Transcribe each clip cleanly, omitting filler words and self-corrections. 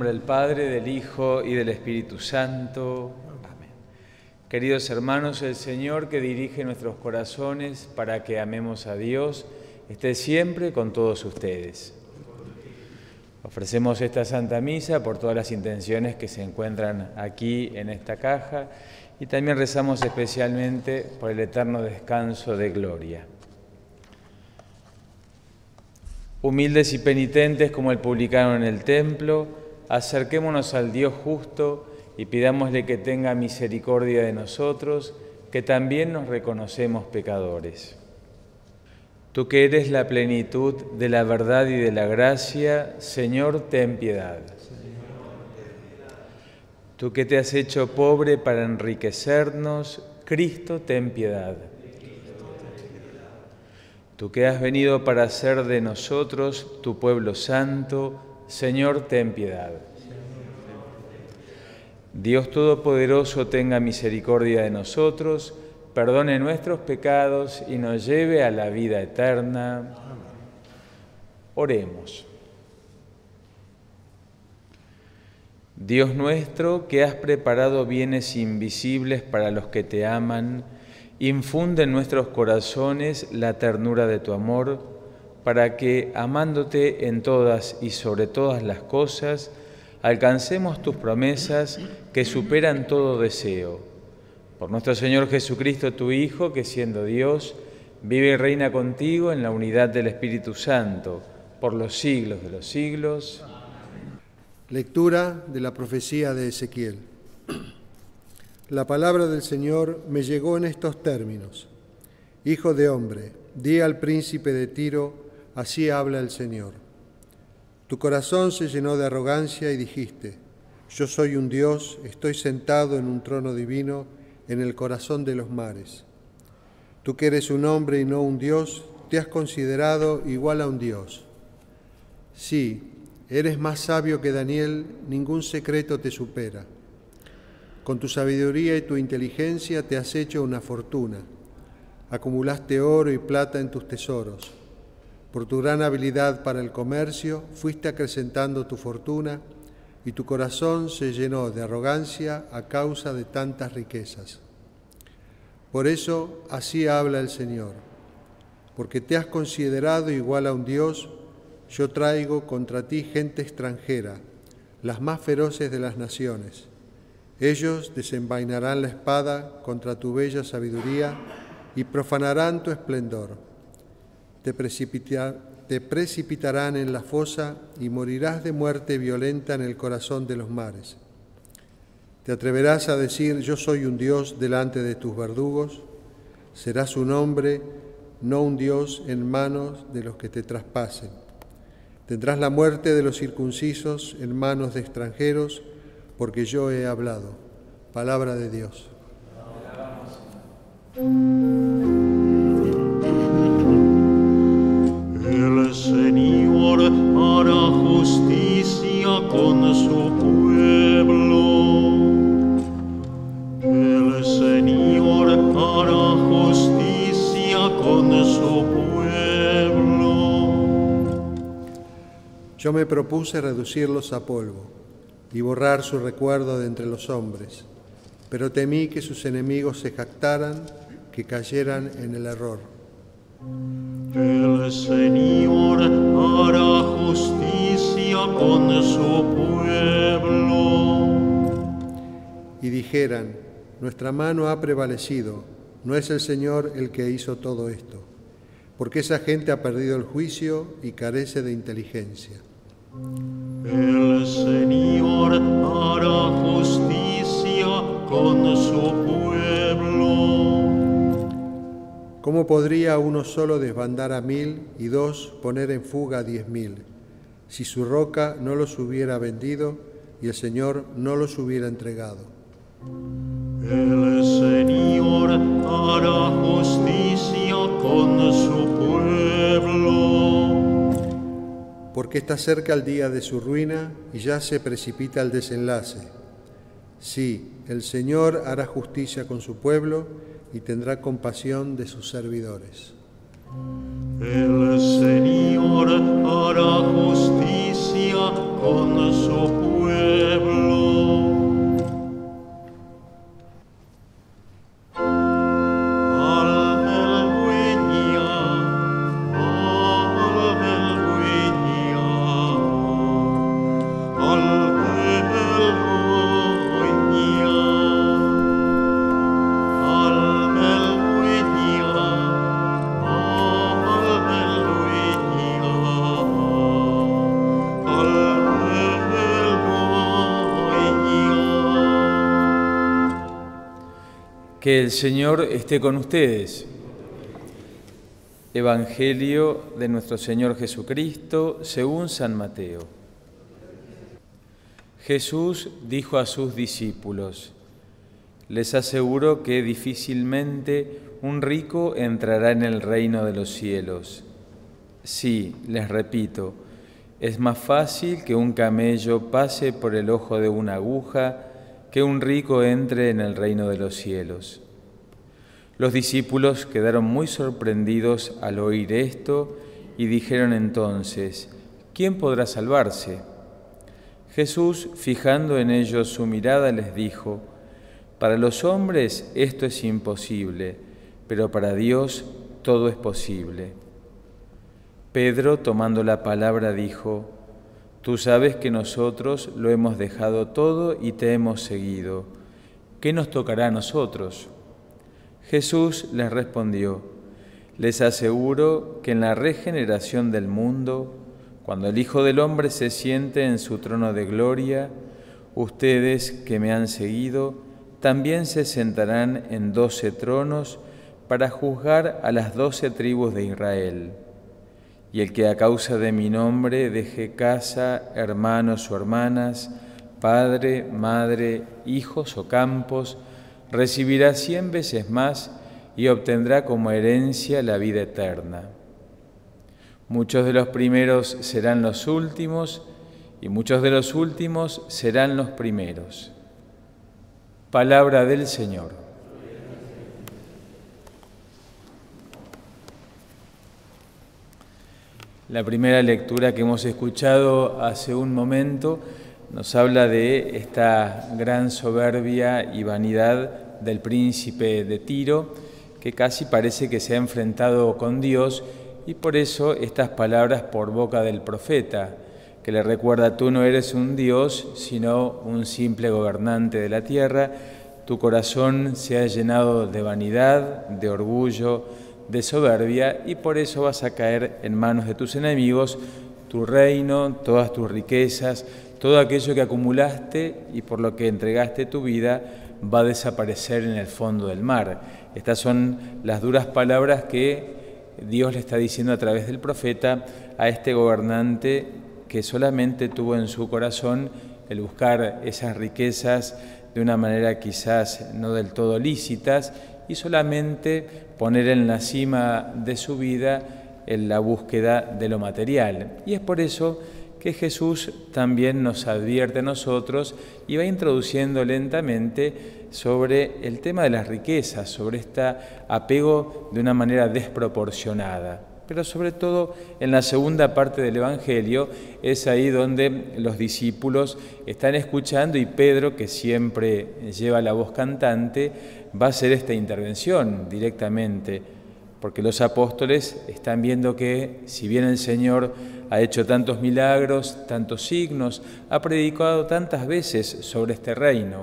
nombre del Padre, del Hijo y del Espíritu Santo. Amén. Queridos hermanos, el Señor que dirige nuestros corazones para que amemos a Dios, esté siempre con todos ustedes. Ofrecemos esta Santa Misa por todas las intenciones que se encuentran aquí en esta caja y también rezamos especialmente por el eterno descanso de gloria. Humildes y penitentes como el publicano en el templo, acerquémonos al Dios justo y pidámosle que tenga misericordia de nosotros, que también nos reconocemos pecadores. Tú que eres la plenitud de la verdad y de la gracia, Señor, ten piedad. Tú que te has hecho pobre para enriquecernos, Cristo, ten piedad. Tú que has venido para hacer de nosotros tu pueblo santo, Señor, ten piedad. Dios Todopoderoso tenga misericordia de nosotros, perdone nuestros pecados y nos lleve a la vida eterna. Oremos. Dios nuestro, que has preparado bienes invisibles para los que te aman, infunde en nuestros corazones la ternura de tu amor, para que, amándote en todas y sobre todas las cosas, alcancemos tus promesas que superan todo deseo. Por nuestro Señor Jesucristo, tu Hijo, que siendo Dios, vive y reina contigo en la unidad del Espíritu Santo, por los siglos de los siglos. Lectura de la profecía de Ezequiel. La palabra del Señor me llegó en estos términos. Hijo de hombre, di al príncipe de Tiro, así habla el Señor. Tu corazón se llenó de arrogancia y dijiste, yo soy un Dios, estoy sentado en un trono divino en el corazón de los mares. Tú que eres un hombre y no un Dios, te has considerado igual a un Dios. Sí, eres más sabio que Daniel, ningún secreto te supera. Con tu sabiduría y tu inteligencia te has hecho una fortuna. Acumulaste oro y plata en tus tesoros. Por tu gran habilidad para el comercio, fuiste acrecentando tu fortuna y tu corazón se llenó de arrogancia a causa de tantas riquezas. Por eso, así habla el Señor. Porque te has considerado igual a un Dios, yo traigo contra ti gente extranjera, las más feroces de las naciones. Ellos desenvainarán la espada contra tu bella sabiduría y profanarán tu esplendor. Te precipitarán en la fosa y morirás de muerte violenta en el corazón de los mares. ¿Te atreverás a decir, yo soy un Dios delante de tus verdugos? Serás un hombre, no un Dios en manos de los que te traspasen. Tendrás la muerte de los circuncisos en manos de extranjeros, porque yo he hablado. Palabra de Dios. El Señor hará justicia con su pueblo. El Señor hará justicia con su pueblo. Yo me propuse reducirlos a polvo y borrar su recuerdo de entre los hombres, pero temí que sus enemigos se jactaran, que cayeran en el error. El Señor hará justicia con su pueblo. Y dijeran, nuestra mano ha prevalecido, no es el Señor el que hizo todo esto, porque esa gente ha perdido el juicio y carece de inteligencia. El Señor hará justicia con su pueblo. ¿Cómo podría uno solo desbandar a 1000 y dos poner en fuga a 10.000, si su roca no los hubiera vendido y el Señor no los hubiera entregado? El Señor hará justicia con su pueblo. Porque está cerca el día de su ruina y ya se precipita el desenlace. Sí, el Señor hará justicia con su pueblo y tendrá compasión de sus servidores. El Señor hará justicia con su pueblo. Que el Señor esté con ustedes. Evangelio de nuestro Señor Jesucristo según San Mateo. Jesús dijo a sus discípulos: les aseguro que difícilmente un rico entrará en el reino de los cielos. Sí, les repito, es más fácil que un camello pase por el ojo de una aguja que un rico entre en el reino de los cielos. Los discípulos quedaron muy sorprendidos al oír esto y dijeron entonces: ¿quién podrá salvarse? Jesús, fijando en ellos su mirada, les dijo: para los hombres esto es imposible, pero para Dios todo es posible. Pedro, tomando la palabra, dijo: tú sabes que nosotros lo hemos dejado todo y te hemos seguido. ¿Qué nos tocará a nosotros? Jesús les respondió: les aseguro que en la regeneración del mundo, cuando el Hijo del Hombre se siente en su trono de gloria, ustedes que me han seguido también se sentarán en 12 tronos para juzgar a las 12 tribus de Israel. Y el que a causa de mi nombre deje casa, hermanos o hermanas, padre, madre, hijos o campos, recibirá 100 veces más y obtendrá como herencia la vida eterna. Muchos de los primeros serán los últimos y muchos de los últimos serán los primeros. Palabra del Señor. La primera lectura que hemos escuchado hace un momento nos habla de esta gran soberbia y vanidad del príncipe de Tiro, que casi parece que se ha enfrentado con Dios, y por eso estas palabras por boca del profeta, que le recuerda: tú no eres un Dios, sino un simple gobernante de la tierra, tu corazón se ha llenado de vanidad, de orgullo, de soberbia, y por eso vas a caer en manos de tus enemigos. Tu reino, todas tus riquezas, todo aquello que acumulaste y por lo que entregaste tu vida va a desaparecer en el fondo del mar. Estas son las duras palabras que Dios le está diciendo a través del profeta a este gobernante que solamente tuvo en su corazón el buscar esas riquezas de una manera quizás no del todo lícitas y solamente poner en la cima de su vida en la búsqueda de lo material. Y es por eso que Jesús también nos advierte a nosotros y va introduciendo lentamente sobre el tema de las riquezas, sobre este apego de una manera desproporcionada. Pero sobre todo en la segunda parte del Evangelio es ahí donde los discípulos están escuchando y Pedro, que siempre lleva la voz cantante, va a hacer esta intervención directamente, porque los apóstoles están viendo que si bien el Señor ha hecho tantos milagros, tantos signos, ha predicado tantas veces sobre este reino,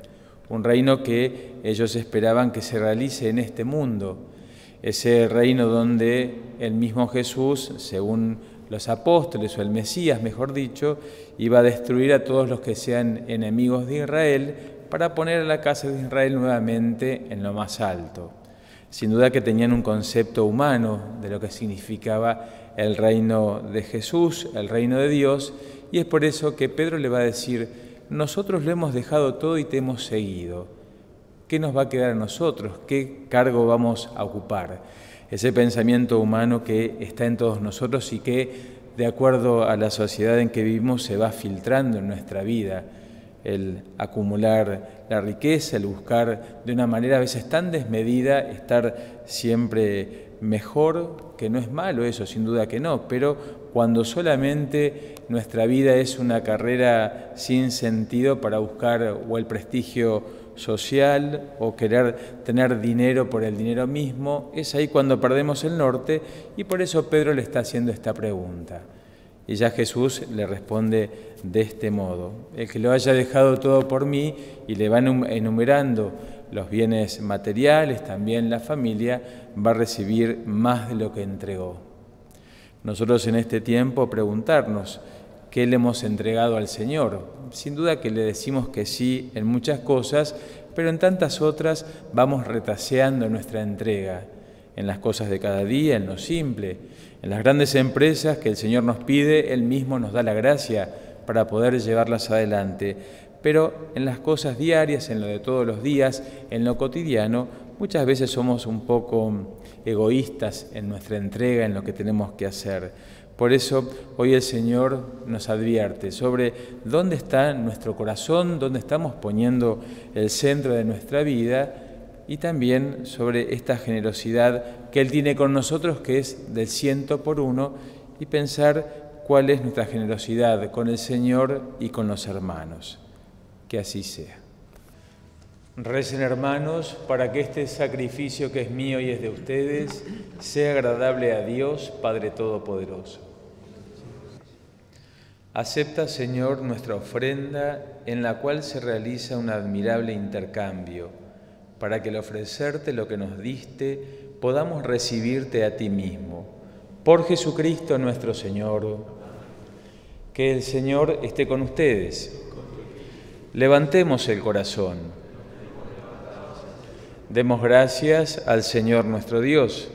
un reino que ellos esperaban que se realice en este mundo, ese reino donde el mismo Jesús, según los apóstoles, o el Mesías, mejor dicho, iba a destruir a todos los que sean enemigos de Israel para poner a la casa de Israel nuevamente en lo más alto. Sin duda que tenían un concepto humano de lo que significaba el reino de Jesús, el reino de Dios, y es por eso que Pedro le va a decir: nosotros lo hemos dejado todo y te hemos seguido. ¿Qué nos va a quedar a nosotros? ¿Qué cargo vamos a ocupar? Ese pensamiento humano que está en todos nosotros y que, de acuerdo a la sociedad en que vivimos, se va filtrando en nuestra vida. El acumular la riqueza, el buscar de una manera a veces tan desmedida, estar siempre mejor, que no es malo eso, sin duda que no, pero cuando solamente nuestra vida es una carrera sin sentido para buscar o el prestigio social o querer tener dinero por el dinero mismo, es ahí cuando perdemos el norte, y por eso Pedro le está haciendo esta pregunta. Y ya Jesús le responde de este modo: el que lo haya dejado todo por mí, y le van enumerando los bienes materiales, también la familia, va a recibir más de lo que entregó. Nosotros en este tiempo preguntarnos: ¿qué le hemos entregado al Señor? sin duda que le decimos que sí en muchas cosas, pero en tantas otras vamos retaseando nuestra entrega, en las cosas de cada día, en lo simple, en las grandes empresas que el Señor nos pide, Él mismo nos da la gracia para poder llevarlas adelante. Pero en las cosas diarias, en lo de todos los días, en lo cotidiano, muchas veces somos un poco egoístas en nuestra entrega, en lo que tenemos que hacer. Por eso hoy el Señor nos advierte sobre dónde está nuestro corazón, dónde estamos poniendo el centro de nuestra vida y también sobre esta generosidad que Él tiene con nosotros, que es del 100 por 1, y pensar cuál es nuestra generosidad con el Señor y con los hermanos. Que así sea. Recen, hermanos, para que este sacrificio que es mío y es de ustedes sea agradable a Dios, Padre Todopoderoso. Acepta, Señor, nuestra ofrenda, en la cual se realiza un admirable intercambio, para que al ofrecerte lo que nos diste, podamos recibirte a ti mismo. Por Jesucristo nuestro Señor. Que el Señor esté con ustedes. Levantemos el corazón. Demos gracias al Señor nuestro Dios.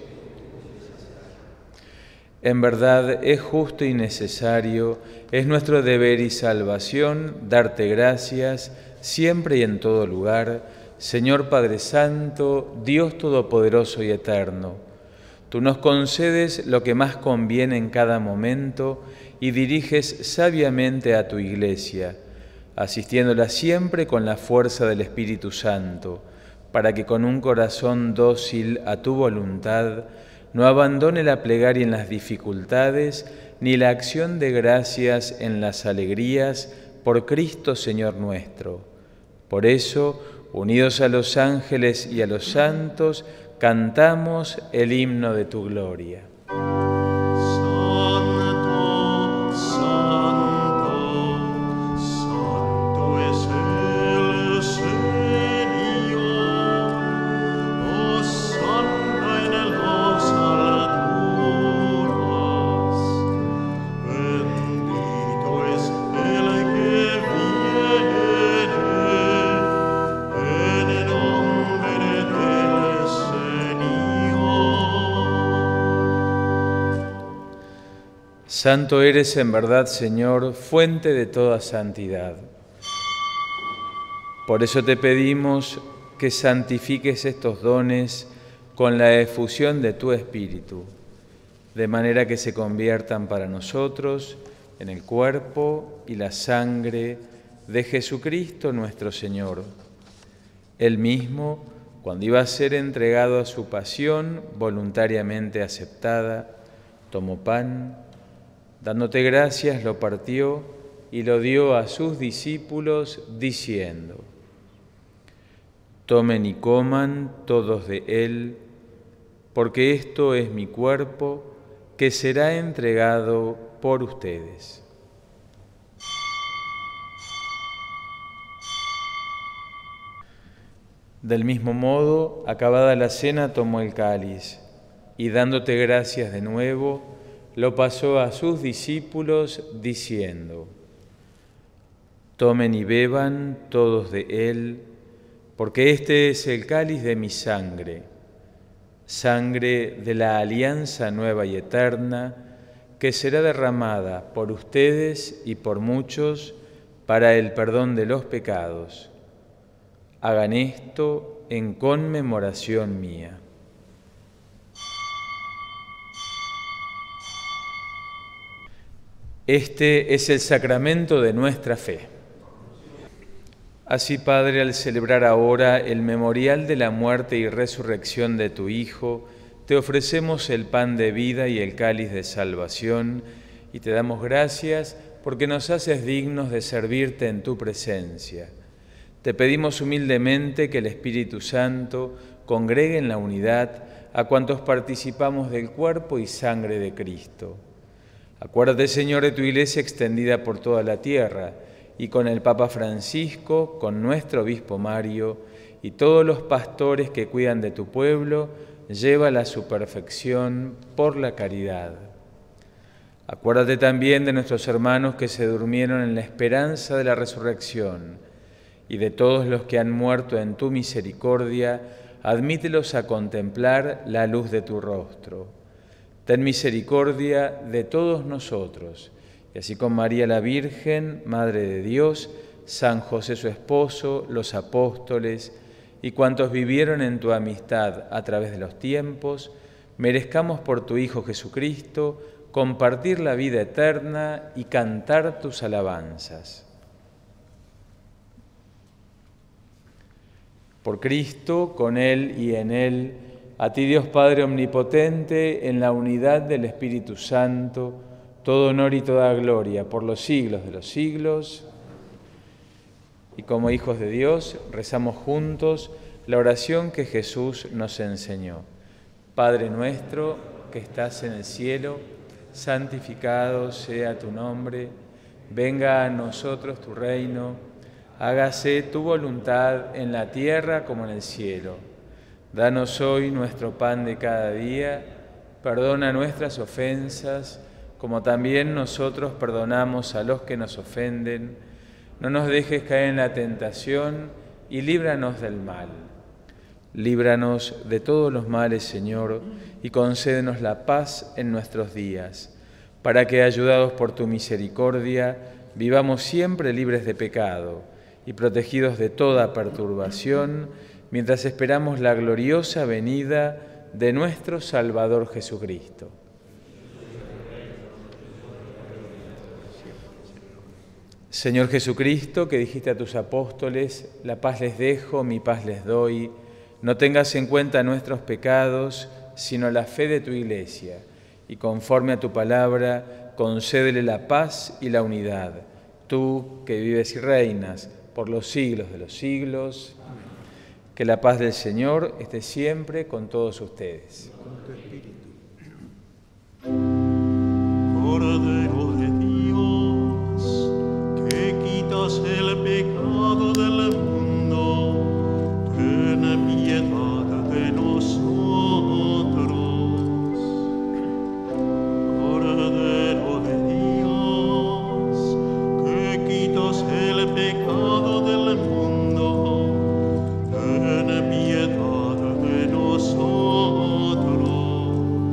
En verdad es justo y necesario, es nuestro deber y salvación darte gracias siempre y en todo lugar, Señor Padre Santo, Dios Todopoderoso y Eterno. Tú nos concedes lo que más conviene en cada momento y diriges sabiamente a tu Iglesia, asistiéndola siempre con la fuerza del Espíritu Santo, para que con un corazón dócil a tu voluntad no abandone la plegaria en las dificultades, ni la acción de gracias en las alegrías, por Cristo Señor nuestro. Por eso, unidos a los ángeles y a los santos, cantamos el himno de tu gloria. Santo eres en verdad, Señor, fuente de toda santidad. Por eso te pedimos que santifiques estos dones con la efusión de tu Espíritu, de manera que se conviertan para nosotros en el cuerpo y la sangre de Jesucristo nuestro Señor. Él mismo, cuando iba a ser entregado a su pasión voluntariamente aceptada, tomó pan, dándote gracias, lo partió y lo dio a sus discípulos, diciendo: Tomen y coman todos de él, porque esto es mi cuerpo, que será entregado por ustedes. Del mismo modo, acabada la cena, tomó el cáliz y, dándote gracias de nuevo, lo pasó a sus discípulos diciendo: Tomen y beban todos de él, porque este es el cáliz de mi sangre, sangre de la alianza nueva y eterna, que será derramada por ustedes y por muchos para el perdón de los pecados. Hagan esto en conmemoración mía. Este es el sacramento de nuestra fe. Así, Padre, al celebrar ahora el memorial de la muerte y resurrección de tu Hijo, te ofrecemos el pan de vida y el cáliz de salvación, y te damos gracias porque nos haces dignos de servirte en tu presencia. Te pedimos humildemente que el Espíritu Santo congregue en la unidad a cuantos participamos del cuerpo y sangre de Cristo. Acuérdate, Señor, de tu Iglesia extendida por toda la tierra, y con el Papa Francisco, con nuestro Obispo Mario, y todos los pastores que cuidan de tu pueblo, llévala a su perfección por la caridad. Acuérdate también de nuestros hermanos que se durmieron en la esperanza de la resurrección, y de todos los que han muerto en tu misericordia, admítelos a contemplar la luz de tu rostro. Ten misericordia de todos nosotros, y así con María la Virgen, Madre de Dios, San José su esposo, los apóstoles y cuantos vivieron en tu amistad a través de los tiempos, merezcamos por tu Hijo Jesucristo compartir la vida eterna y cantar tus alabanzas. Por Cristo, con Él y en Él, a ti Dios Padre Omnipotente, en la unidad del Espíritu Santo, todo honor y toda gloria por los siglos de los siglos. Y como hijos de Dios, rezamos juntos la oración que Jesús nos enseñó. Padre nuestro, que estás en el cielo, santificado sea tu nombre, venga a nosotros tu reino, hágase tu voluntad en la tierra como en el cielo. Danos hoy nuestro pan de cada día, perdona nuestras ofensas, como también nosotros perdonamos a los que nos ofenden. No nos dejes caer en la tentación y líbranos del mal. Líbranos de todos los males, Señor, y concédenos la paz en nuestros días, para que, ayudados por tu misericordia, vivamos siempre libres de pecado y protegidos de toda perturbación, mientras esperamos la gloriosa venida de nuestro Salvador Jesucristo. Señor Jesucristo, que dijiste a tus apóstoles, la paz les dejo, mi paz les doy, no tengas en cuenta nuestros pecados, sino la fe de tu Iglesia, y conforme a tu palabra, concédele la paz y la unidad. Tú, que vives y reinas por los siglos de los siglos, que la paz del Señor esté siempre con todos ustedes. Cordero de Dios, que quitas el pecado del mundo, ten piedad de nosotros. Cordero de Dios, que quitas el pecado del mundo, ten piedad de nosotros.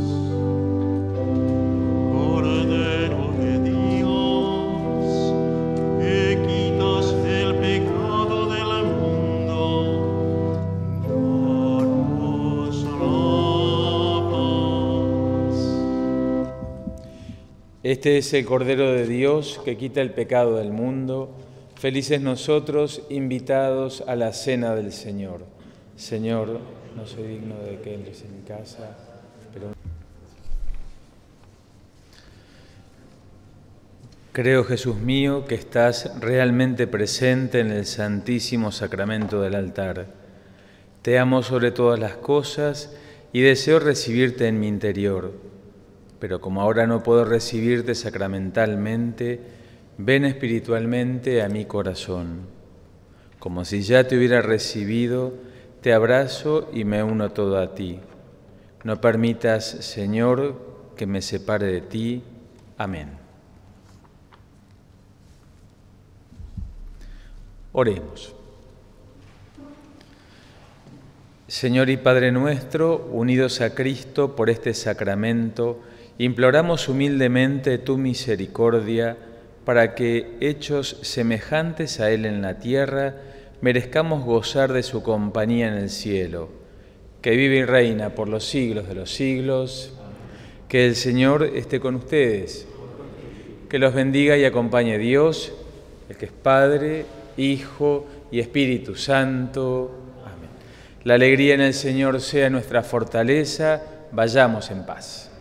Cordero de Dios, que quitas el pecado del mundo, danos la paz. Este es el Cordero de Dios que quita el pecado del mundo. Felices nosotros, invitados a la cena del Señor. Señor, no soy digno de que entres en mi casa, pero... Creo, Jesús mío, que estás realmente presente en el Santísimo Sacramento del altar. Te amo sobre todas las cosas y deseo recibirte en mi interior. Pero como ahora no puedo recibirte sacramentalmente, ven espiritualmente a mi corazón. Como si ya te hubiera recibido, te abrazo y me uno todo a ti. No permitas, Señor, que me separe de ti. Amén. Oremos. Señor y Padre nuestro, unidos a Cristo por este sacramento, imploramos humildemente tu misericordia para que, hechos semejantes a Él en la tierra, merezcamos gozar de su compañía en el cielo, que vive y reina por los siglos de los siglos. Que el Señor esté con ustedes, que los bendiga y acompañe Dios, el que es Padre, Hijo y Espíritu Santo. Amén. La alegría en el Señor sea nuestra fortaleza. Vayamos en paz.